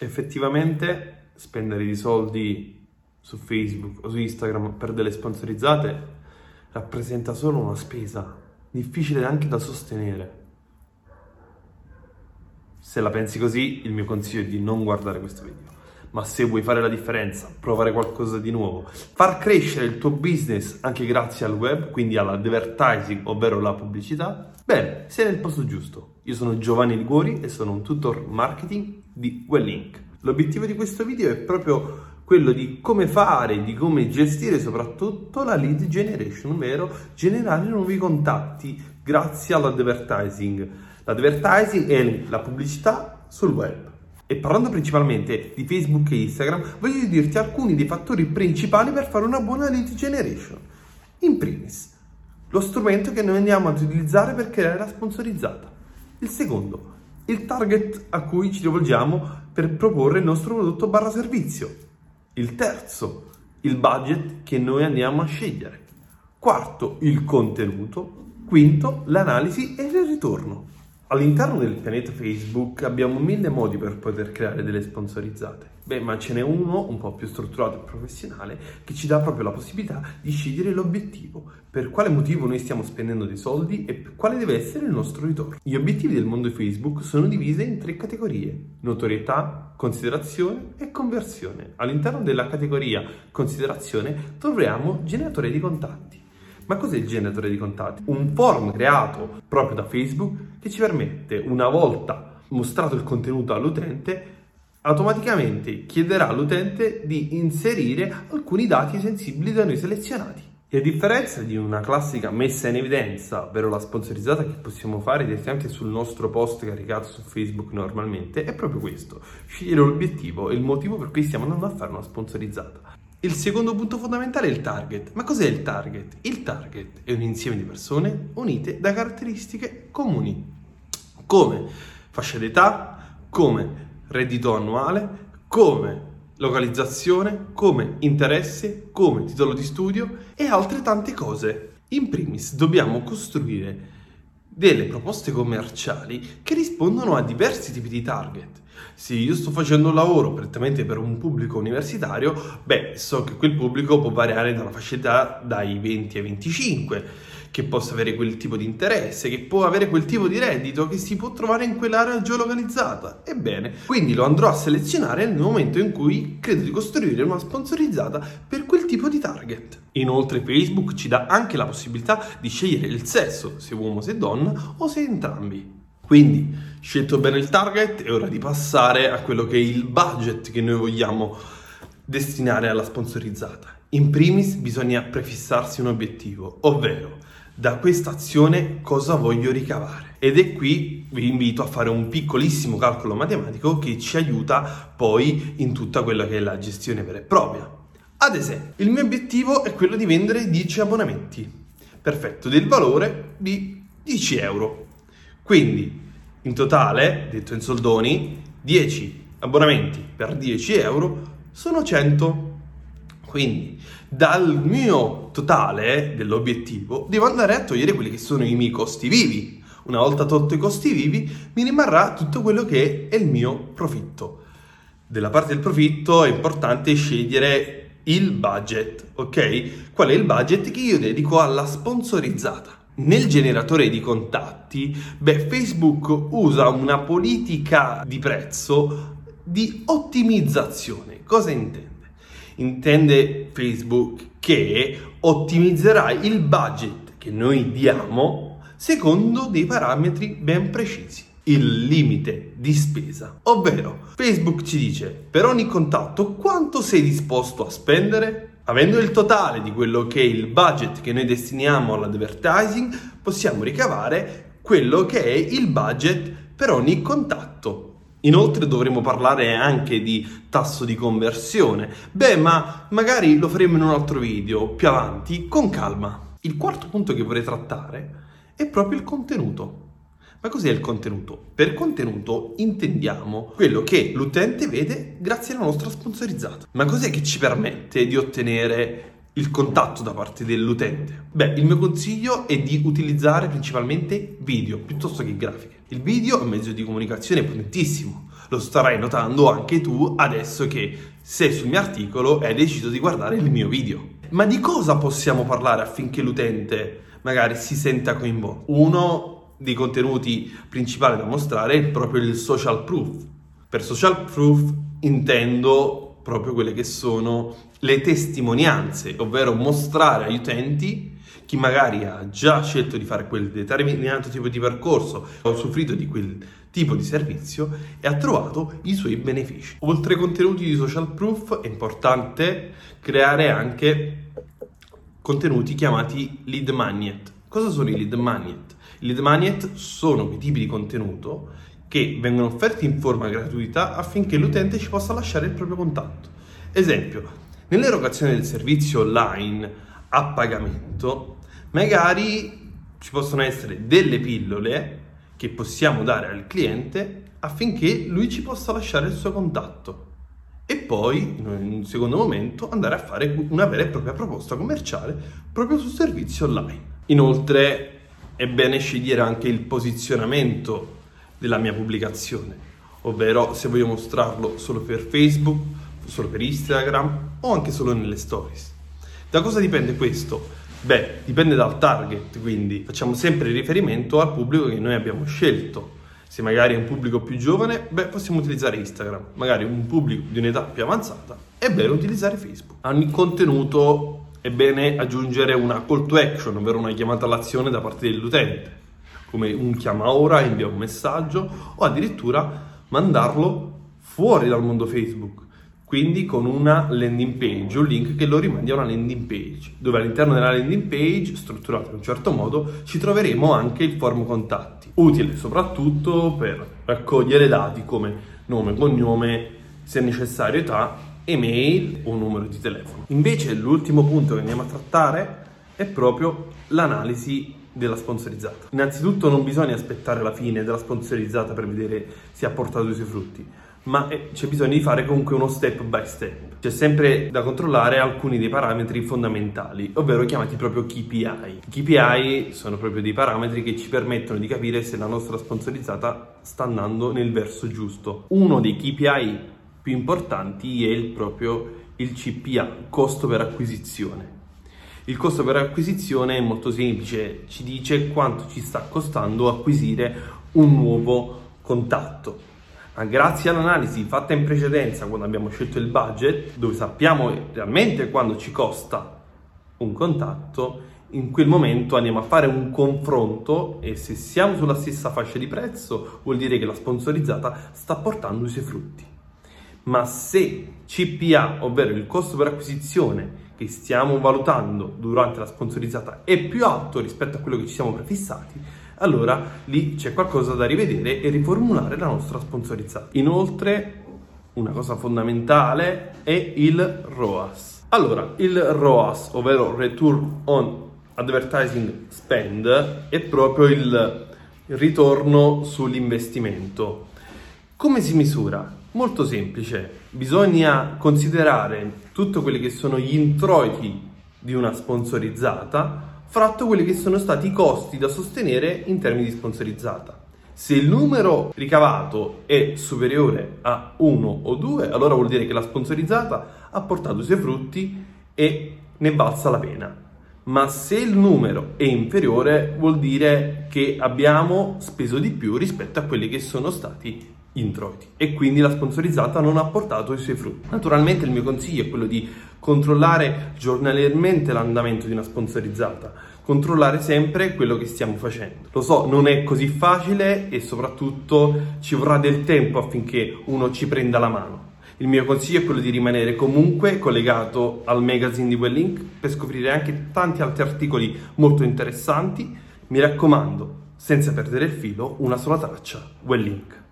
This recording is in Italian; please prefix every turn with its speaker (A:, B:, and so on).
A: Effettivamente spendere i soldi su Facebook o su Instagram per delle sponsorizzate rappresenta solo una spesa, difficile anche da sostenere. Se la pensi così, il mio consiglio è di non guardare questo video. Ma se vuoi fare la differenza, provare qualcosa di nuovo, far crescere il tuo business anche grazie al web, quindi all'advertising, ovvero la pubblicità, bene, sei nel posto giusto. Io sono Giovanni Liguori e sono un tutor marketing di Wellink. L'obiettivo di questo video è proprio quello di come fare, di come gestire soprattutto la lead generation, ovvero generare nuovi contatti grazie all'advertising. L'advertising è la pubblicità sul web. E parlando principalmente di Facebook e Instagram, voglio dirti alcuni dei fattori principali per fare una buona lead generation. In primis, lo strumento che noi andiamo ad utilizzare per creare la sponsorizzata. Il secondo, il target a cui ci rivolgiamo per proporre il nostro prodotto / servizio. Il terzo, il budget che noi andiamo a scegliere. Quarto, il contenuto. Quinto, l'analisi e il ritorno. All'interno del pianeta Facebook abbiamo 1000 modi per poter creare delle sponsorizzate. Ma ce n'è uno un po' più strutturato e professionale che ci dà proprio la possibilità di scegliere l'obiettivo, per quale motivo noi stiamo spendendo dei soldi e quale deve essere il nostro ritorno. Gli obiettivi del mondo Facebook sono divisi in 3 categorie: notorietà, considerazione e conversione. All'interno della categoria considerazione troviamo generatore di contatti. Ma cos'è il generatore di contatti? Un form creato proprio da Facebook che ci permette, una volta mostrato il contenuto all'utente, automaticamente chiederà all'utente di inserire alcuni dati sensibili da noi selezionati. E a differenza di una classica messa in evidenza, ovvero la sponsorizzata che possiamo fare direttamente sul nostro post caricato su Facebook normalmente, è proprio questo: scegliere l'obiettivo e il motivo per cui stiamo andando a fare una sponsorizzata. Il secondo punto fondamentale è il target. Ma cos'è il target? Il target è un insieme di persone unite da caratteristiche comuni, come fascia d'età, come reddito annuale, come localizzazione, come interesse, come titolo di studio e altre tante cose. In primis dobbiamo costruire delle proposte commerciali che rispondono a diversi tipi di target. Se io sto facendo un lavoro prettamente per un pubblico universitario, so che quel pubblico può variare dalla fascia d'età dai 20 ai 25, che possa avere quel tipo di interesse, che può avere quel tipo di reddito, che si può trovare in quell'area geolocalizzata. Ebbene, quindi lo andrò a selezionare nel momento in cui credo di costruire una sponsorizzata per quel tipo di target. Inoltre Facebook ci dà anche la possibilità di scegliere il sesso, se uomo, se donna o se entrambi. Quindi, scelto bene il target, è ora di passare a quello che è il budget che noi vogliamo destinare alla sponsorizzata. In primis bisogna prefissarsi un obiettivo, ovvero da questa azione cosa voglio ricavare. Ed è qui vi invito a fare un piccolissimo calcolo matematico che ci aiuta poi in tutta quella che è la gestione vera e propria. Ad esempio, il mio obiettivo è quello di vendere 10 abbonamenti. Perfetto, del valore di 10 euro. Quindi, in totale, detto in soldoni, 10 abbonamenti per 10 euro sono 100. Quindi, dal mio totale dell'obiettivo, devo andare a togliere quelli che sono i miei costi vivi. Una volta tolto i costi vivi, mi rimarrà tutto quello che è il mio profitto. Della parte del profitto è importante scegliere il budget, ok? Qual è il budget che io dedico alla sponsorizzata? Nel generatore di contatti, Facebook usa una politica di prezzo di ottimizzazione. Cosa intende? Intende Facebook che ottimizzerà il budget che noi diamo secondo dei parametri ben precisi. Il limite di spesa, ovvero Facebook ci dice per ogni contatto quanto sei disposto a spendere. Avendo il totale di quello che è il budget che noi destiniamo all'advertising, possiamo ricavare quello che è il budget per ogni contatto. Inoltre dovremo parlare anche di tasso di conversione. Ma magari lo faremo in un altro video più avanti, con calma. Il quarto punto che vorrei trattare è proprio il contenuto. Ma cos'è il contenuto? Per contenuto intendiamo quello che l'utente vede grazie alla nostra sponsorizzata. Ma cos'è che ci permette di ottenere il contatto da parte dell'utente? Il mio consiglio è di utilizzare principalmente video piuttosto che grafiche. Il video è un mezzo di comunicazione potentissimo, lo starai notando anche tu adesso che sei sul mio articolo e hai deciso di guardare il mio video. Ma di cosa possiamo parlare affinché l'utente magari si senta coinvolto? Uno dei contenuti principali da mostrare è proprio il social proof. Per social proof intendo proprio quelle che sono le testimonianze, ovvero mostrare agli utenti chi magari ha già scelto di fare quel determinato tipo di percorso, ha usufruito di quel tipo di servizio e ha trovato i suoi benefici. Oltre ai contenuti di social proof è importante creare anche contenuti chiamati lead magnet. Cosa sono i lead magnet? I lead magnet sono quei tipi di contenuto che vengono offerti in forma gratuita affinché l'utente ci possa lasciare il proprio contatto. Esempio, nell'erogazione del servizio online a pagamento, magari ci possono essere delle pillole che possiamo dare al cliente affinché lui ci possa lasciare il suo contatto e poi in un secondo momento andare a fare una vera e propria proposta commerciale proprio sul servizio online. Inoltre è bene scegliere anche il posizionamento della mia pubblicazione, ovvero se voglio mostrarlo solo per Facebook, solo per Instagram o anche solo nelle stories. Da cosa dipende questo? Beh, dipende dal target, quindi facciamo sempre riferimento al pubblico che noi abbiamo scelto. Se magari è un pubblico più giovane, possiamo utilizzare Instagram. Magari un pubblico di un'età più avanzata, è bene utilizzare Facebook. A ogni contenuto è bene aggiungere una call to action, ovvero una chiamata all'azione da parte dell'utente, come un chiama ora, invia un messaggio o addirittura mandarlo fuori dal mondo Facebook. Quindi con una landing page, un link che lo rimandi a una landing page, dove all'interno della landing page, strutturata in un certo modo, ci troveremo anche il form contatti, utile soprattutto per raccogliere dati come nome, cognome, se necessario età, email o numero di telefono. Invece l'ultimo punto che andiamo a trattare è proprio l'analisi della sponsorizzata. Innanzitutto non bisogna aspettare la fine della sponsorizzata per vedere se ha portato i suoi frutti, ma c'è bisogno di fare comunque uno step by step. C'è sempre da controllare alcuni dei parametri fondamentali, ovvero chiamati proprio KPI. I KPI sono proprio dei parametri che ci permettono di capire se la nostra sponsorizzata sta andando nel verso giusto. Uno dei KPI più importanti è proprio il CPA, costo per acquisizione. Il costo per acquisizione è molto semplice, ci dice quanto ci sta costando acquisire un nuovo contatto. Ma grazie all'analisi fatta in precedenza, quando abbiamo scelto il budget, dove sappiamo realmente quanto ci costa un contatto, in quel momento andiamo a fare un confronto e se siamo sulla stessa fascia di prezzo vuol dire che la sponsorizzata sta portando i suoi frutti. Ma se CPA, ovvero il costo per acquisizione che stiamo valutando durante la sponsorizzata, è più alto rispetto a quello che ci siamo prefissati, allora lì c'è qualcosa da rivedere e riformulare la nostra sponsorizzata. Inoltre, una cosa fondamentale è il ROAS. Allora, il ROAS, ovvero Return on Advertising Spend, è proprio il ritorno sull'investimento. Come si misura? Molto semplice, bisogna considerare tutti quelli che sono gli introiti di una sponsorizzata fratto quelli che sono stati i costi da sostenere in termini di sponsorizzata. Se il numero ricavato è superiore a 1 o 2, allora vuol dire che la sponsorizzata ha portato i suoi frutti e ne valsa la pena. Ma se il numero è inferiore, vuol dire che abbiamo speso di più rispetto a quelli che sono stati introiti e quindi la sponsorizzata non ha portato i suoi frutti. Naturalmente il mio consiglio è quello di controllare giornaliерmente l'andamento di una sponsorizzata, controllare sempre quello che stiamo facendo. Lo so, non è così facile e soprattutto ci vorrà del tempo affinché uno ci prenda la mano. Il mio consiglio è quello di rimanere comunque collegato al magazine di Wellink per scoprire anche tanti altri articoli molto interessanti. Mi raccomando, senza perdere il filo, una sola traccia, Wellink.